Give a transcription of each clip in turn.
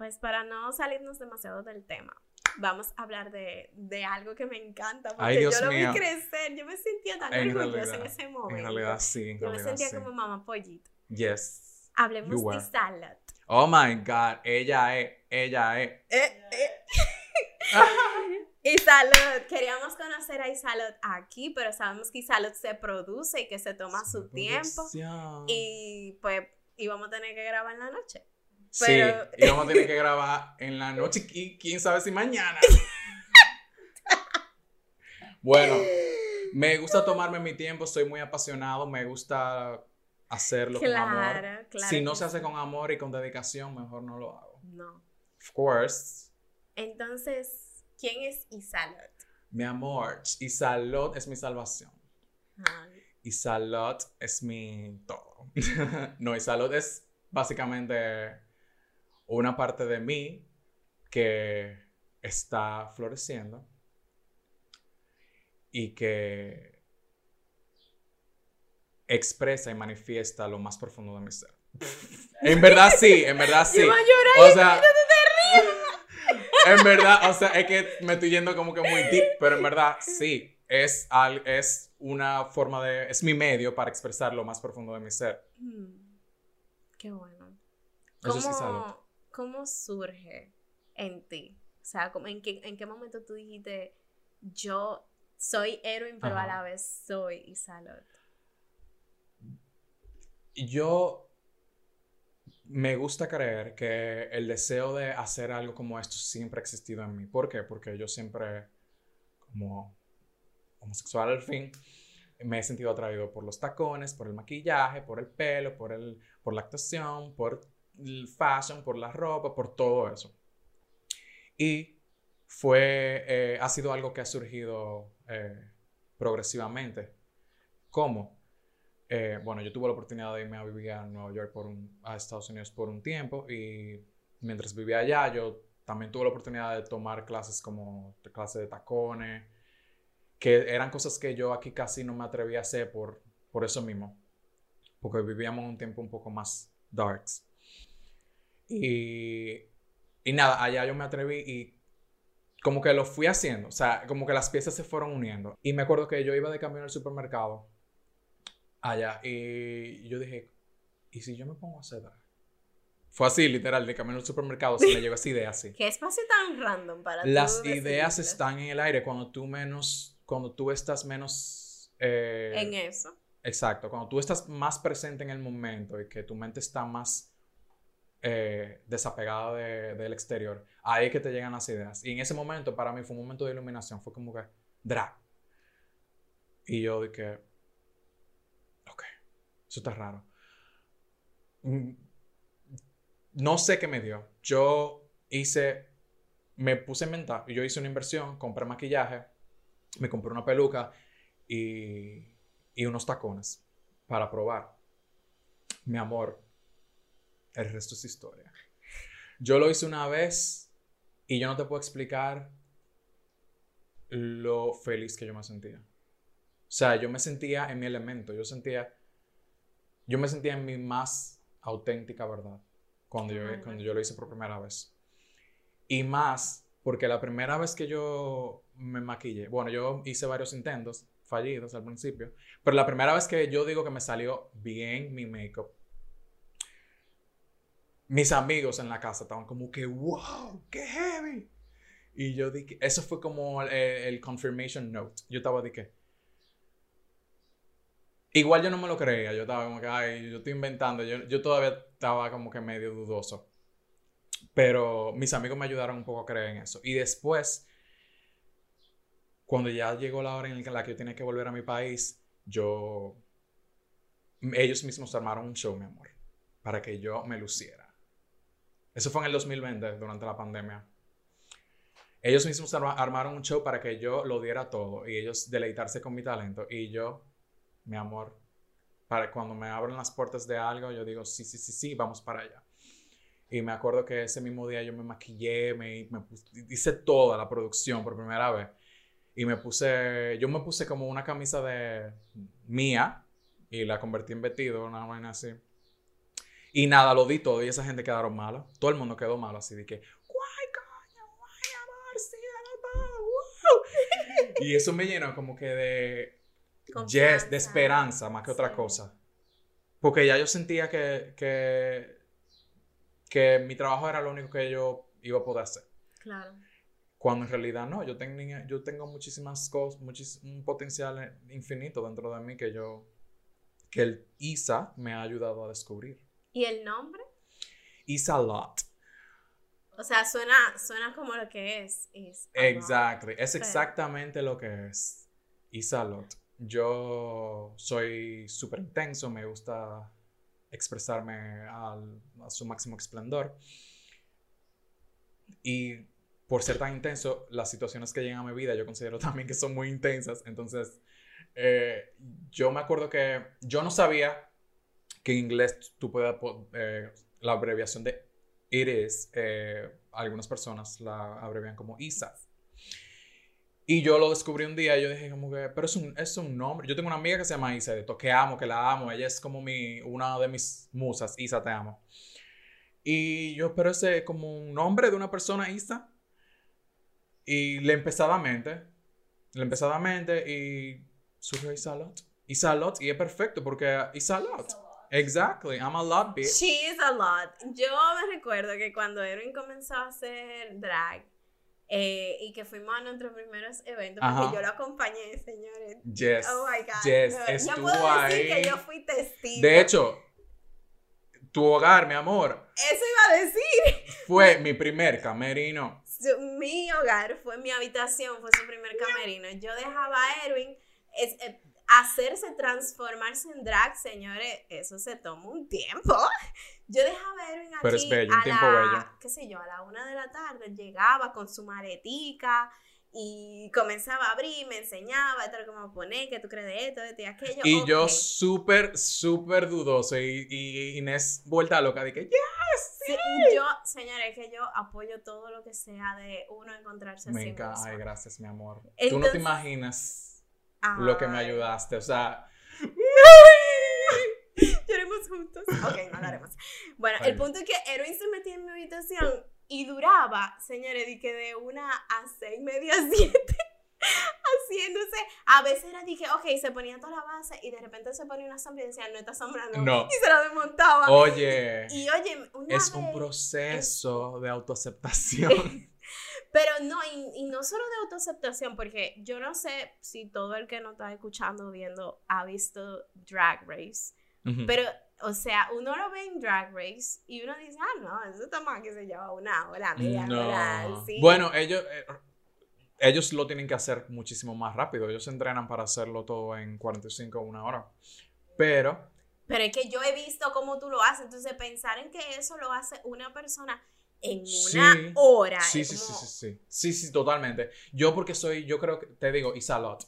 pues para no salirnos demasiado del tema, vamos a hablar de algo que me encanta, porque Ay, Dios yo lo mío. vi crecer, yo me sentía tan En orgullosa en realidad, ese momento. en realidad sí, en Yo me realidad sentía sí. como mamá pollito. Yes, you Hablemos de were. Isalot. Oh my God, ella es. Isalot, queríamos conocer a Isalot aquí, pero sabemos que Isalot se produce y que se toma su tiempo. Producción. Y pues íbamos a tener que grabar en la noche. Sí, Pero... y vamos a tener que grabar en la noche y quién sabe si mañana. Bueno, me gusta tomarme mi tiempo, soy muy apasionado, me gusta hacerlo con amor. Claro Si no que se hace sí. con amor y con dedicación, mejor no lo hago. No. Of course. Entonces, ¿quién es Isalot? Mi amor, Isalot es mi salvación. Ay. Isalot es mi todo. No, Isalot es básicamente una parte de mí que está floreciendo y que expresa y manifiesta lo más profundo de mi ser. En verdad sí, en verdad sí. Yo voy a llorar, O sea, en verdad, o sea, es que me estoy yendo como que muy deep, pero en verdad sí, es una forma de, es mi medio para expresar lo más profundo de mi ser. Qué bueno. Eso es Isalot. ¿Cómo surge en ti? O sea, ¿en qué momento tú dijiste, yo soy Erwin, pero a la vez soy Isalot? Yo me gusta creer que el deseo de hacer algo como esto siempre ha existido en mí. ¿Por qué? Porque yo siempre, como homosexual al fin, me he sentido atraído por los tacones, por el maquillaje, por el pelo, por la actuación, por el fashion, por la ropa, por todo eso. Y ha sido algo que ha surgido progresivamente. ¿Cómo? Bueno, yo tuve la oportunidad de irme a vivir a Nueva York a Estados Unidos por un tiempo y mientras vivía allá yo también tuve la oportunidad de tomar clases como clases de tacones, que eran cosas que yo aquí casi no me atrevía a hacer por eso mismo, porque vivíamos un tiempo un poco más darks. Y nada, allá yo me atreví y como que lo fui haciendo, o sea, como que las piezas se fueron uniendo. Y me acuerdo que yo iba de camino al supermercado allá y yo dije, ¿y si yo me pongo a hacer drag? Fue así, literal, de camino al supermercado se me llegó esa idea así. ¿Qué espacio tan random para tú Las ideas decidirlo? están en el aire cuando tú estás menos... En eso. Exacto, cuando tú estás más presente en el momento y que tu mente está más desapegada del exterior, ahí es que te llegan las ideas. Y en ese momento, para mí, fue un momento de iluminación, fue como que, drag. Y yo dije, ok, eso está raro. No sé qué me dio. Me puse a inventar. Yo hice una inversión, compré maquillaje, me compré una peluca y unos tacones para probar. Mi amor, el resto es historia. Yo lo hice una vez y yo no te puedo explicar lo feliz que yo me sentía. O sea, yo me sentía en mi elemento. Yo me sentía en mi más auténtica verdad cuando yo lo hice por primera vez. Y más porque la primera vez que yo me maquillé, bueno, yo hice varios intentos fallidos al principio, pero la primera vez que yo digo que me salió bien mi make-up, mis amigos en la casa estaban como que, wow, qué heavy. Y yo dije, eso fue como el confirmation note. Yo estaba de que, igual yo no me lo creía, yo estaba como que, ay, yo estoy inventando, yo todavía estaba como que medio dudoso. Pero mis amigos me ayudaron un poco a creer en eso. Y después, cuando ya llegó la hora en la que yo tenía que volver a mi país, ellos mismos armaron un show, mi amor, para que yo me luciera. Eso fue en el 2020, durante la pandemia. Ellos mismos armaron un show para que yo lo diera todo y ellos deleitarse con mi talento. Y yo, mi amor, cuando me abren las puertas de algo, yo digo, sí, vamos para allá. Y me acuerdo que ese mismo día yo me maquillé, hice toda la producción por primera vez. Y yo me puse como una camisa mía y la convertí en vestido, una vaina así. Y nada, lo di todo y esa gente quedaron malos. Todo el mundo quedó malo, así de que, ¡guay, coño, guay, amor, sí, amor, wow! Y eso me llenó como que de Confianza. de esperanza más que otra Sí. cosa. Porque ya yo sentía que mi trabajo era lo único que yo iba a poder hacer. Claro. Cuando en realidad no, yo tengo muchísimas cosas, un potencial infinito dentro de mí que el ISA me ha ayudado a descubrir. ¿Y el nombre? ISA Lot. O sea, suena como lo que es. Exactly. Es Okay. exactamente lo que es ISA Lot. Yo soy súper intenso, me gusta expresarme a su máximo esplendor. Y por ser tan intenso, las situaciones que llegan a mi vida yo considero también que son muy intensas. Entonces, yo me acuerdo que yo no sabía que en inglés tú puedes, la abreviación de it is, algunas personas la abrevian como ISA. Y yo lo descubrí un día y yo dije como que, pero es un nombre. Yo tengo una amiga que se llama Isa, que amo, que la amo. Ella es como una de mis musas. Isa, te amo. Y yo, pero ese es como un nombre de una persona, Isa. Y le empecé a dar mente y surgió Isa Lot. Isa Lot, y es perfecto porque Isa Lot. Exactly, I'm a lot, bitch. She is a lot. Yo me recuerdo que cuando Erwin comenzó a hacer drag y que fuimos a nuestros primeros eventos, Ajá. porque yo lo acompañé, señores. Yes. Oh my God. Yes, No, estuvo yo puedo ahí. decir que yo fui testigo. De hecho, tu hogar, mi amor, Eso iba a decir. fue mi primer camerino. Mi hogar fue mi habitación, fue su primer camerino. Yo dejaba a Erwin hacerse, transformarse en drag, señores, eso se toma un tiempo. Yo dejaba a Erwin aquí Pero es bello, un tiempo bello. qué sé yo, a la 1 de la tarde, llegaba con su maletica y comenzaba a abrir, me enseñaba, esto era como poner, que tú crees de esto y aquello. Y okay. yo súper dudoso y Inés vuelta loca, de que, yes, sí. Yo, señores, que yo apoyo todo lo que sea de uno encontrarse así mismo. Ay, gracias, mi amor. Entonces, tú no te imaginas lo que me ayudaste, o sea... Lloremos juntos. Ok, no lo haremos. Bueno, el punto es que Erwin se metía en mi habitación y duraba, señores, de 1 a 6, media 7, haciéndose. A veces era, ok, se ponía toda la base y de repente se ponía una sombra y decía, no, esta sombra no. Y se la desmontaba. Oye, y oye, es un proceso de autoaceptación. Pero no, y no solo de autoaceptación, porque yo no sé si todo el que nos está escuchando o viendo ha visto Drag Race, pero, o sea, uno lo ve en Drag Race y uno dice, no, eso está más que se lleva 1 hora, media hora, ¿sí? Bueno, ellos lo tienen que hacer muchísimo más rápido, ellos se entrenan para hacerlo todo en 45 o 1 hora, pero es que yo he visto cómo tú lo haces, entonces pensar en que eso lo hace una persona en 1 hora. Sí, totalmente. Yo creo que, te digo, Isa Lot.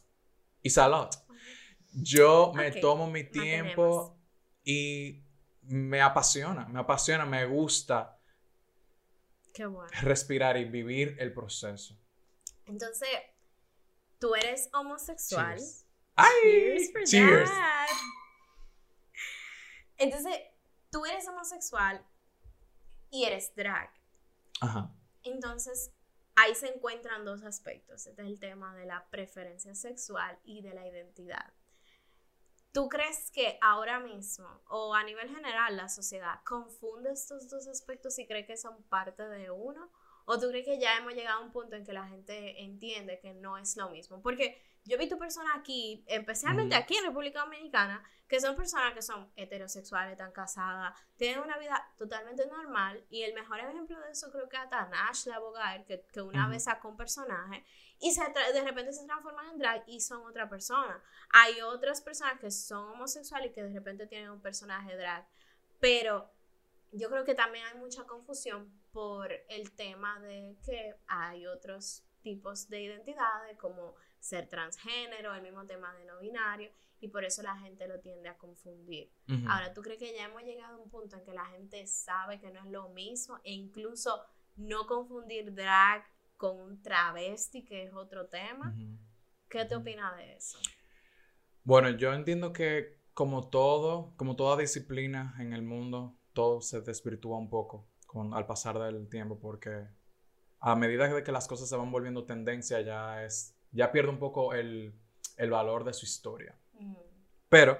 Yo me tomo mi tiempo y me apasiona, me gusta. Qué bueno. Respirar y vivir el proceso. Entonces, tú eres homosexual. Cheers. ¡Ay! Cheers. That. Entonces, tú eres homosexual y eres drag. Ajá. Entonces, ahí se encuentran 2 aspectos. Este es el tema de la preferencia sexual y de la identidad. ¿Tú crees que ahora mismo, o a nivel general, la sociedad confunde estos 2 aspectos y cree que son parte de uno? ¿O tú crees que ya hemos llegado a un punto en que la gente entiende que no es lo mismo? Porque yo he visto personas aquí, especialmente aquí en República Dominicana, que son personas que son heterosexuales, están casadas, tienen una vida totalmente normal, y el mejor ejemplo de eso creo que hasta Nash, la abogada, que una vez sacó un personaje y de repente se transforman en drag y son otra persona. Hay otras personas que son homosexuales y que de repente tienen un personaje drag, pero yo creo que también hay mucha confusión por el tema de que hay otros tipos de identidades como ser transgénero, el mismo tema de no binario, y por eso la gente lo tiende a confundir. Ahora, ¿tú crees que ya hemos llegado a un punto en que la gente sabe que no es lo mismo e incluso no confundir drag con un travesti, que es otro tema? ¿Qué te opinas de eso? Bueno, yo entiendo que como toda disciplina en el mundo, todo se desvirtúa un poco al pasar del tiempo, porque a medida de que las cosas se van volviendo tendencia, ya pierde un poco el valor de su historia. Pero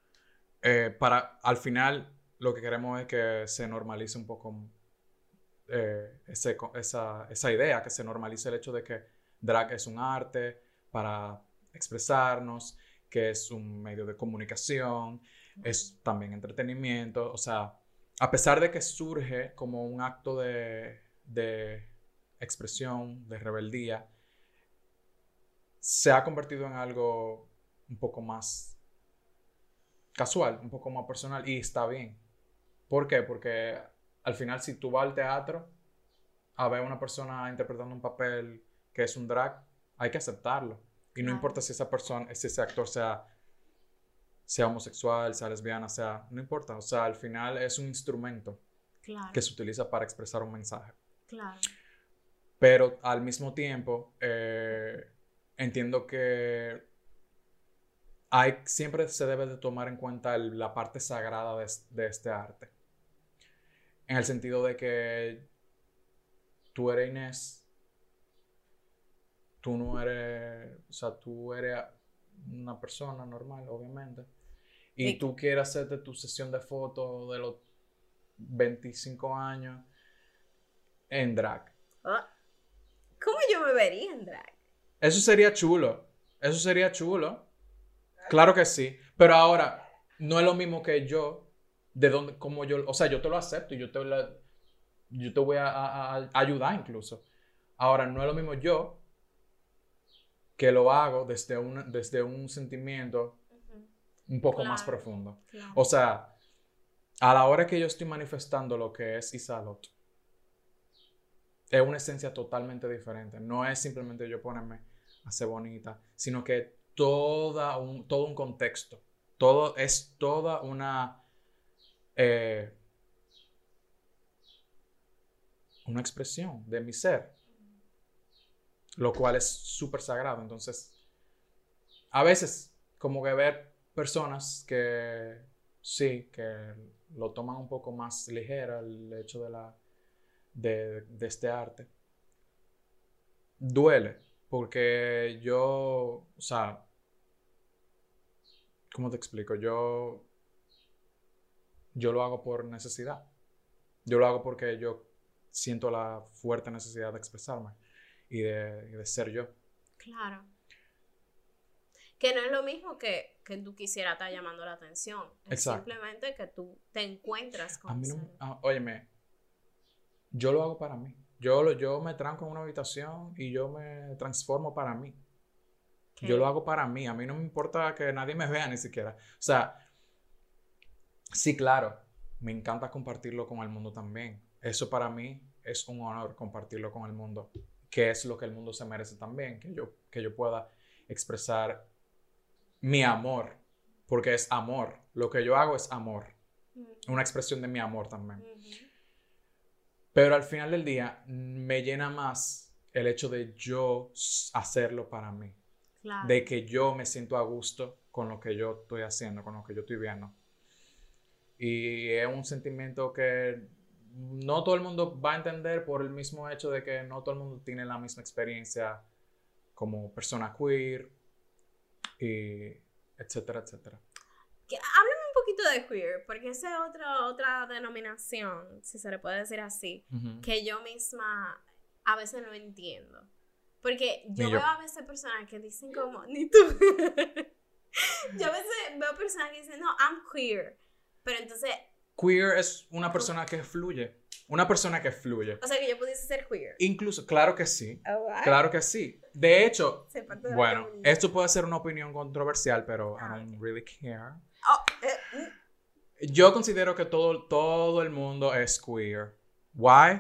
al final lo que queremos es que se normalice un poco esa idea, que se normalice el hecho de que drag es un arte para expresarnos, que es un medio de comunicación, es también entretenimiento. O sea, a pesar de que surge como un acto de expresión, de rebeldía, se ha convertido en algo un poco más casual, un poco más personal, y está bien. ¿Por qué? Porque al final, si tú vas al teatro a ver a una persona interpretando un papel que es un drag, hay que aceptarlo. Y no importa si ese actor sea homosexual, sea lesbiana, no importa. O sea, al final es un instrumento que se utiliza para expresar un mensaje. Claro. Pero al mismo tiempo, entiendo que siempre se debe de tomar en cuenta la parte sagrada de este arte. En el sentido de que tú eres Inés, tú no eres, o sea, tú eres una persona normal, obviamente, y tú quieres hacerte tu sesión de fotos de los 25 años en drag. ¿Cómo yo me vería en drag? Eso sería chulo. Claro que sí. Pero ahora, no es lo mismo que yo, o sea, yo te lo acepto y yo te voy a ayudar incluso. Ahora, no es lo mismo yo que lo hago desde un sentimiento un poco más profundo. Claro. O sea, a la hora que yo estoy manifestando lo que es Isalot, es una esencia totalmente diferente. No es simplemente yo ponerme a ser bonita, sino que todo un contexto. Es toda una expresión de mi ser, lo cual es súper sagrado. Entonces, a veces, como que ver personas que sí, que lo toman un poco más ligera el hecho de este arte, duele, porque o sea, ¿cómo te explico? Yo lo hago por necesidad. Yo lo hago porque yo siento la fuerte necesidad de expresarme y de ser yo. Claro. Que no es lo mismo que tú quisieras estar llamando la atención. Es simplemente que tú te encuentras con eso. Óyeme, yo lo hago para mí. Yo me tranco en una habitación y yo me transformo para mí. Okay. Yo lo hago para mí. A mí no me importa que nadie me vea ni siquiera. O sea, sí, claro, me encanta compartirlo con el mundo también. Eso para mí es un honor, compartirlo con el mundo, que es lo que el mundo se merece también, que yo pueda expresar mi amor, porque es amor. Lo que yo hago es amor. Una expresión de mi amor también. Pero al final del día me llena más el hecho de yo hacerlo para mí. Claro. De que yo me siento a gusto con lo que yo estoy haciendo, con lo que yo estoy viendo. Y es un sentimiento que no todo el mundo va a entender por el mismo hecho de que no todo el mundo tiene la misma experiencia como persona queer, y etcétera, etcétera. Háblame un poquito de queer, porque esa es otra denominación, si se le puede decir así, que yo misma a veces no entiendo. Porque yo veo a veces personas que dicen como, ni tú. Yo a veces veo personas que dicen, no, I'm queer. Pero entonces... Queer es una persona que fluye. Una persona que fluye. O sea, que yo pudiese ser queer. Incluso, claro que sí. Claro que sí. De hecho, bueno, esto puede ser una opinión controversial, pero I don't really care. Yo considero que todo el mundo es queer. Why?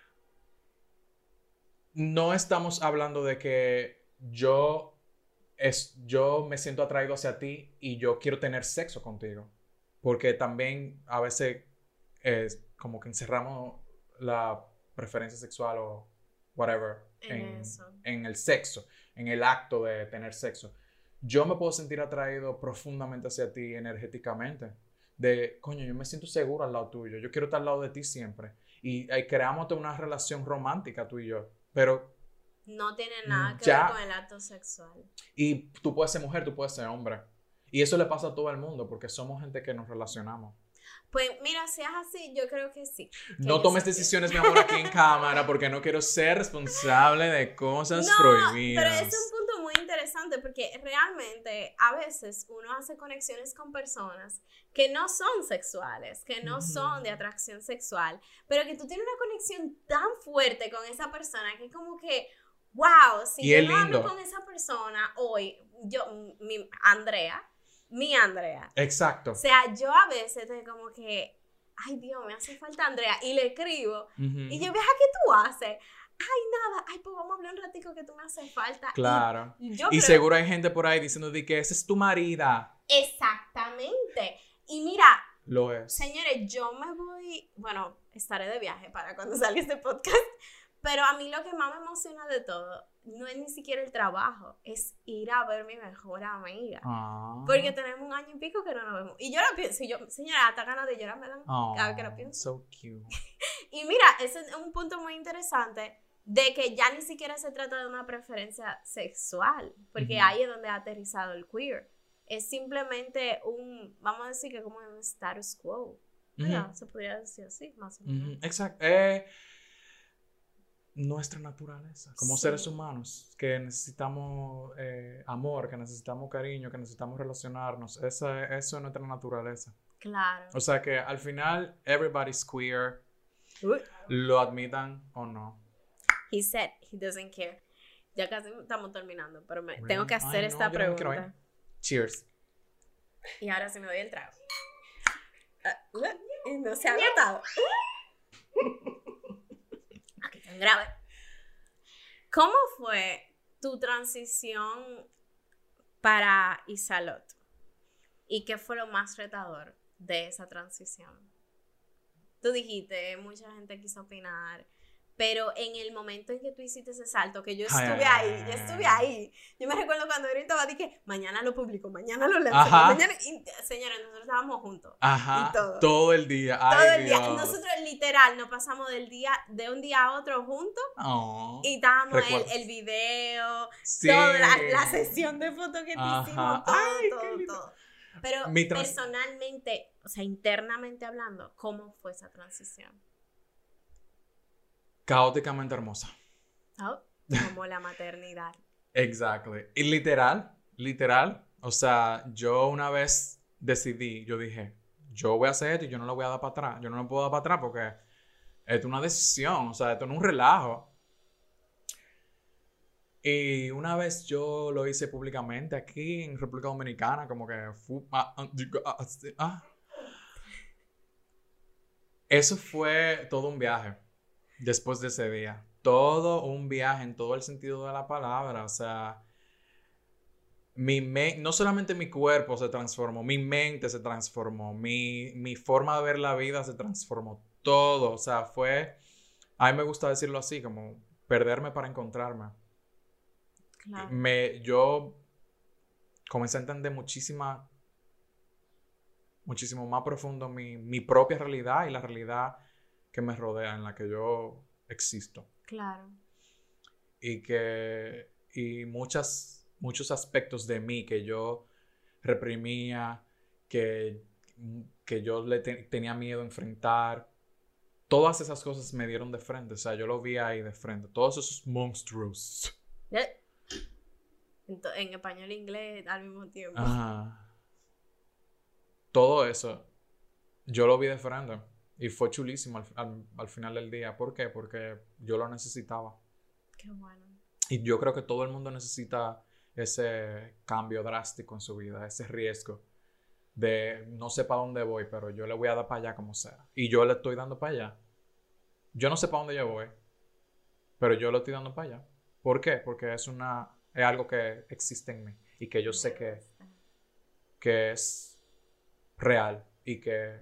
No estamos hablando de que yo me siento atraído hacia ti y yo quiero tener sexo contigo. Porque también a veces como que encerramos la preferencia sexual o whatever en el sexo, en el acto de tener sexo. Yo me puedo sentir atraído profundamente hacia ti energéticamente. de, coño, yo me siento seguro al lado tuyo, yo quiero estar al lado de ti siempre. Y creamos toda una relación romántica tú y yo, pero no tiene nada que ver ya, con el acto sexual. y tú puedes ser mujer, tú puedes ser hombre. Y eso le pasa a todo el mundo porque somos gente que nos relacionamos. Pues mira, si es así, yo creo que sí. Que No yo tomes sé que- decisiones, mi amor, aquí en cámara porque no quiero ser responsable de cosas No, prohibidas. pero es un punto muy interesante porque realmente a veces uno hace conexiones con personas que no son sexuales, que no son de atracción sexual, pero que tú tienes una conexión tan fuerte con esa persona que como que, wow, si Y yo es no hablo lindo. con esa persona hoy, mi Andrea, Exacto. o sea, yo a veces estoy como que, ay Dios, me hace falta Andrea, y le escribo, y yo, vieja, ¿qué tú haces? Ay, nada, ay, pues vamos a hablar un ratico que tú me hace falta. Claro. Y yo Y creo, seguro hay gente por ahí diciendo de que esa es tu marida. exactamente. Y mira, Lo es. señores, yo me voy, bueno, estaré de viaje para cuando salga este podcast, pero a mí lo que más me emociona de todo no es ni siquiera el trabajo, es ir a ver a mi mejor amiga. Porque tenemos 1 año y pico que no nos vemos. Y yo lo pienso, señora, hasta ganas de llorar me dan cada vez que lo pienso. So cute. Y mira, ese es un punto muy interesante de que ya ni siquiera se trata de una preferencia sexual, porque ahí es donde ha aterrizado el queer. Es simplemente vamos a decir que como un status quo. Se podría decir así, más o menos. Exacto. Nuestra naturaleza como seres humanos, que necesitamos amor, que necesitamos cariño, que necesitamos relacionarnos. Eso es nuestra naturaleza. Claro. O sea que al final, everybody's queer, lo admitan o no. He said he doesn't care. Ya casi estamos terminando, pero tengo que hacer Ay, esta yo no me quiero ir. pregunta. Cheers. Y ahora sí me doy el trago. Y no se ha agotado. Aquí tan grave. ¿Cómo fue tu transición para Isalot? ¿Y qué fue lo más retador de esa transición? Tú dijiste, mucha gente quiso opinar, pero en el momento en que tú hiciste ese salto, que yo estuve ahí. Yo me recuerdo cuando Erin estaba, dije, mañana lo publico, mañana lo lanzo, mañana. Y, señores, nosotros estábamos juntos. Ajá. Y todo el día. Todo Ay, el día. Dios. Nosotros literal nos pasamos de un día a otro juntos. Oh, y estábamos el video, toda la sesión de fotos que te hicimos, todo. Pero personalmente, o sea, internamente hablando, ¿cómo fue esa transición? Caóticamente hermosa. Oh, como la maternidad. Exactly. Y literal, o sea, yo una vez decidí, yo dije, yo voy a hacer esto y yo no lo voy a dar para atrás. Yo no lo puedo dar para atrás porque esto es una decisión, o sea, esto no es un relajo. Y una vez yo lo hice públicamente aquí en República Dominicana, como que eso fue todo un viaje después de ese día. Todo un viaje en todo el sentido de la palabra. O sea, no solamente mi cuerpo se transformó, mi mente se transformó, mi forma de ver la vida se transformó. Todo. O sea, a mí me gusta decirlo así, como perderme para encontrarme. Claro. Yo comencé a entender muchísimo más profundo mi propia realidad y la realidad que me rodea, en la que yo existo. Claro. Y muchos aspectos de mí que yo reprimía, que yo tenía miedo a enfrentar, todas esas cosas me dieron de frente. O sea, yo lo vi ahí de frente. Todos esos monstruos. En español e inglés al mismo tiempo. Ajá. Todo eso, yo lo vi de frente. Y fue chulísimo al final del día. ¿Por qué? Porque yo lo necesitaba. Qué bueno. Y yo creo que todo el mundo necesita ese cambio drástico en su vida, ese riesgo de no sé para dónde voy, pero yo le voy a dar para allá como sea. Y yo le estoy dando para allá. Yo no sé para dónde yo voy, pero yo lo estoy dando para allá. ¿Por qué? Porque es algo que existe en mí y que yo sé que es real y que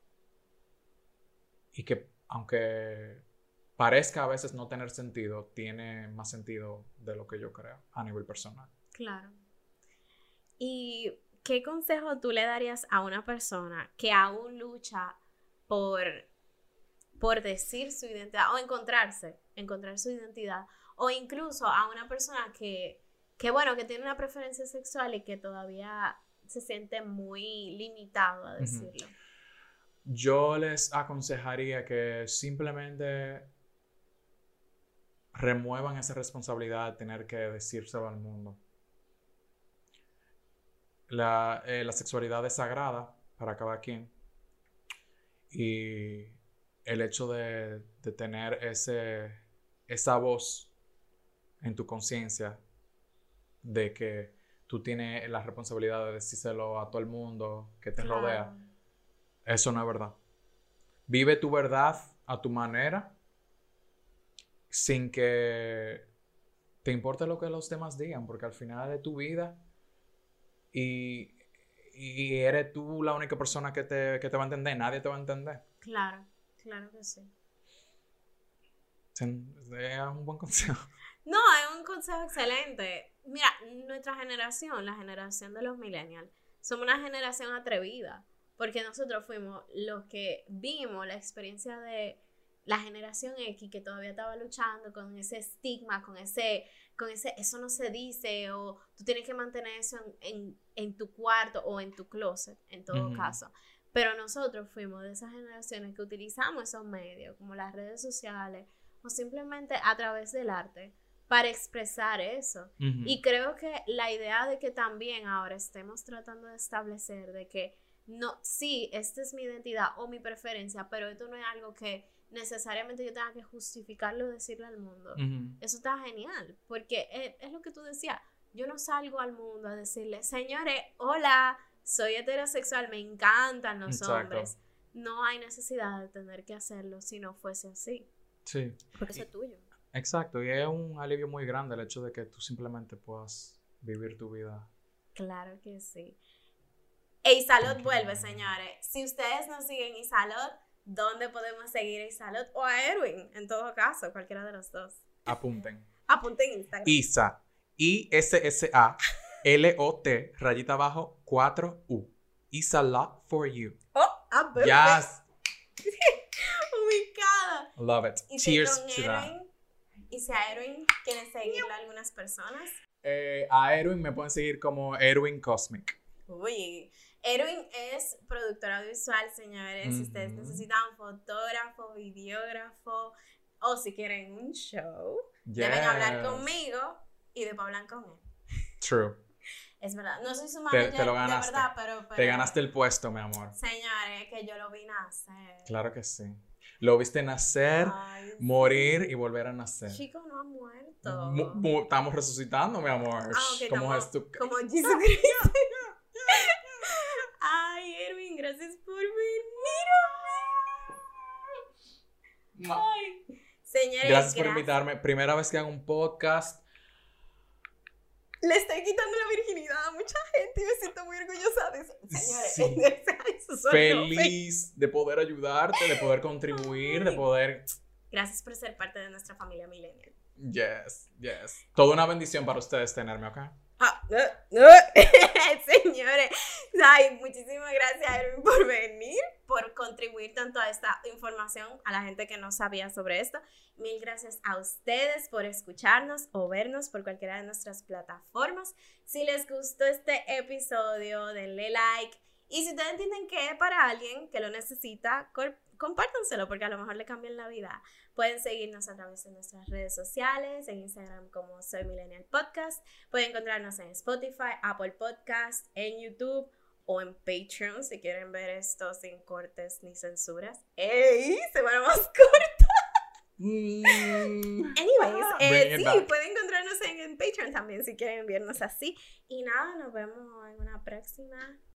aunque parezca a veces no tener sentido, tiene más sentido de lo que yo creo a nivel personal. Claro. ¿Y ¿qué consejo tú le darías a una persona que aún lucha por decir su identidad o encontrar su identidad, o incluso a una persona que tiene una preferencia sexual y que todavía se siente muy limitado a decirlo? Yo les aconsejaría que simplemente remuevan esa responsabilidad de tener que decírselo al mundo. La sexualidad es sagrada para cada quien. Y el hecho de tener esa voz en tu conciencia de que tú tienes la responsabilidad de decírselo a todo el mundo que te rodea, eso no es verdad. Vive tu verdad a tu manera, sin que te importe lo que los demás digan, porque al final es tu vida y eres tú la única persona que te va a entender. Nadie te va a entender. Claro que sí. Es un buen consejo. No, es un consejo excelente. Mira, nuestra generación, la generación de los millennials, somos una generación atrevida, porque nosotros fuimos los que vimos la experiencia de la generación X, que todavía estaba luchando con ese estigma, con ese eso no se dice, o tú tienes que mantener eso en tu cuarto o en tu closet, en todo caso. Pero nosotros fuimos de esas generaciones que utilizamos esos medios, como las redes sociales, o simplemente a través del arte, para expresar eso. Y creo que la idea de que también ahora estemos tratando de establecer de que no, sí, esta es mi identidad o mi preferencia, pero esto no es algo que necesariamente yo tenga que justificarlo o decirle al mundo. Eso está genial, porque es lo que tú decías. Yo no salgo al mundo a decirle, señores, hola, soy heterosexual, me encantan los hombres. No hay necesidad de tener que hacerlo si no fuese así. Sí. Porque eso es tuyo. Exacto, y es un alivio muy grande el hecho de que tú simplemente puedas vivir tu vida. Claro que sí. Isalot vuelve, señores. Si ustedes nos siguen Isalot, ¿dónde podemos seguir a Isalot? O a Erwin, en todo caso, cualquiera de los dos. Apunten Instagram. Isa, ISSA LOT, rayita abajo, 4U. Isalot for you. Oh, yes. Ubicada. Love it. Y cheers con to Erwin, that. Y si a Erwin quieren seguirlo algunas personas. A Erwin me pueden seguir como Erwin Cosmic. Uy, Erwin es productor audiovisual, señores. Si ustedes necesitan fotógrafo, videógrafo, o si quieren un show, deben hablar conmigo y después hablan con él. True. Es verdad, no soy su manager, te lo ganaste. de verdad, pero... Te ganaste el puesto, mi amor. Señores, que yo lo vi nacer. Claro que sí. Lo viste nacer, morir y volver a nacer. Chico, no ha muerto. Estamos resucitando, mi amor. Okay, como Jesucristo. Como Jesucristo. Ay, Erwin, gracias por venir. Ay, señores, gracias por invitarme. Primera vez que hago un podcast. Le estoy quitando la virginidad a mucha gente y me siento muy orgullosa de eso. Señores, sí. Feliz de poder ayudarte, de poder contribuir, de poder... Gracias por ser parte de nuestra familia millennial. Yes. Toda una bendición para ustedes tenerme acá. Señores, ay, muchísimas gracias, Erwin, por venir, por contribuir tanto a esta información a la gente que no sabía sobre esto. Mil gracias a ustedes por escucharnos o vernos por cualquiera de nuestras plataformas. Si les gustó este episodio, denle like. Y si ustedes entienden que es para alguien que lo necesita, compártanselo porque a lo mejor le cambian la vida. Pueden seguirnos a través de nuestras redes sociales, en Instagram como Soy Millennial Podcast. Pueden encontrarnos en Spotify, Apple Podcast, en YouTube o en Patreon si quieren ver esto sin cortes ni censuras. ¡Ey! Semana más corta. Anyways, sí, pueden encontrarnos en Patreon también si quieren vernos así. Y nada, nos vemos en una próxima.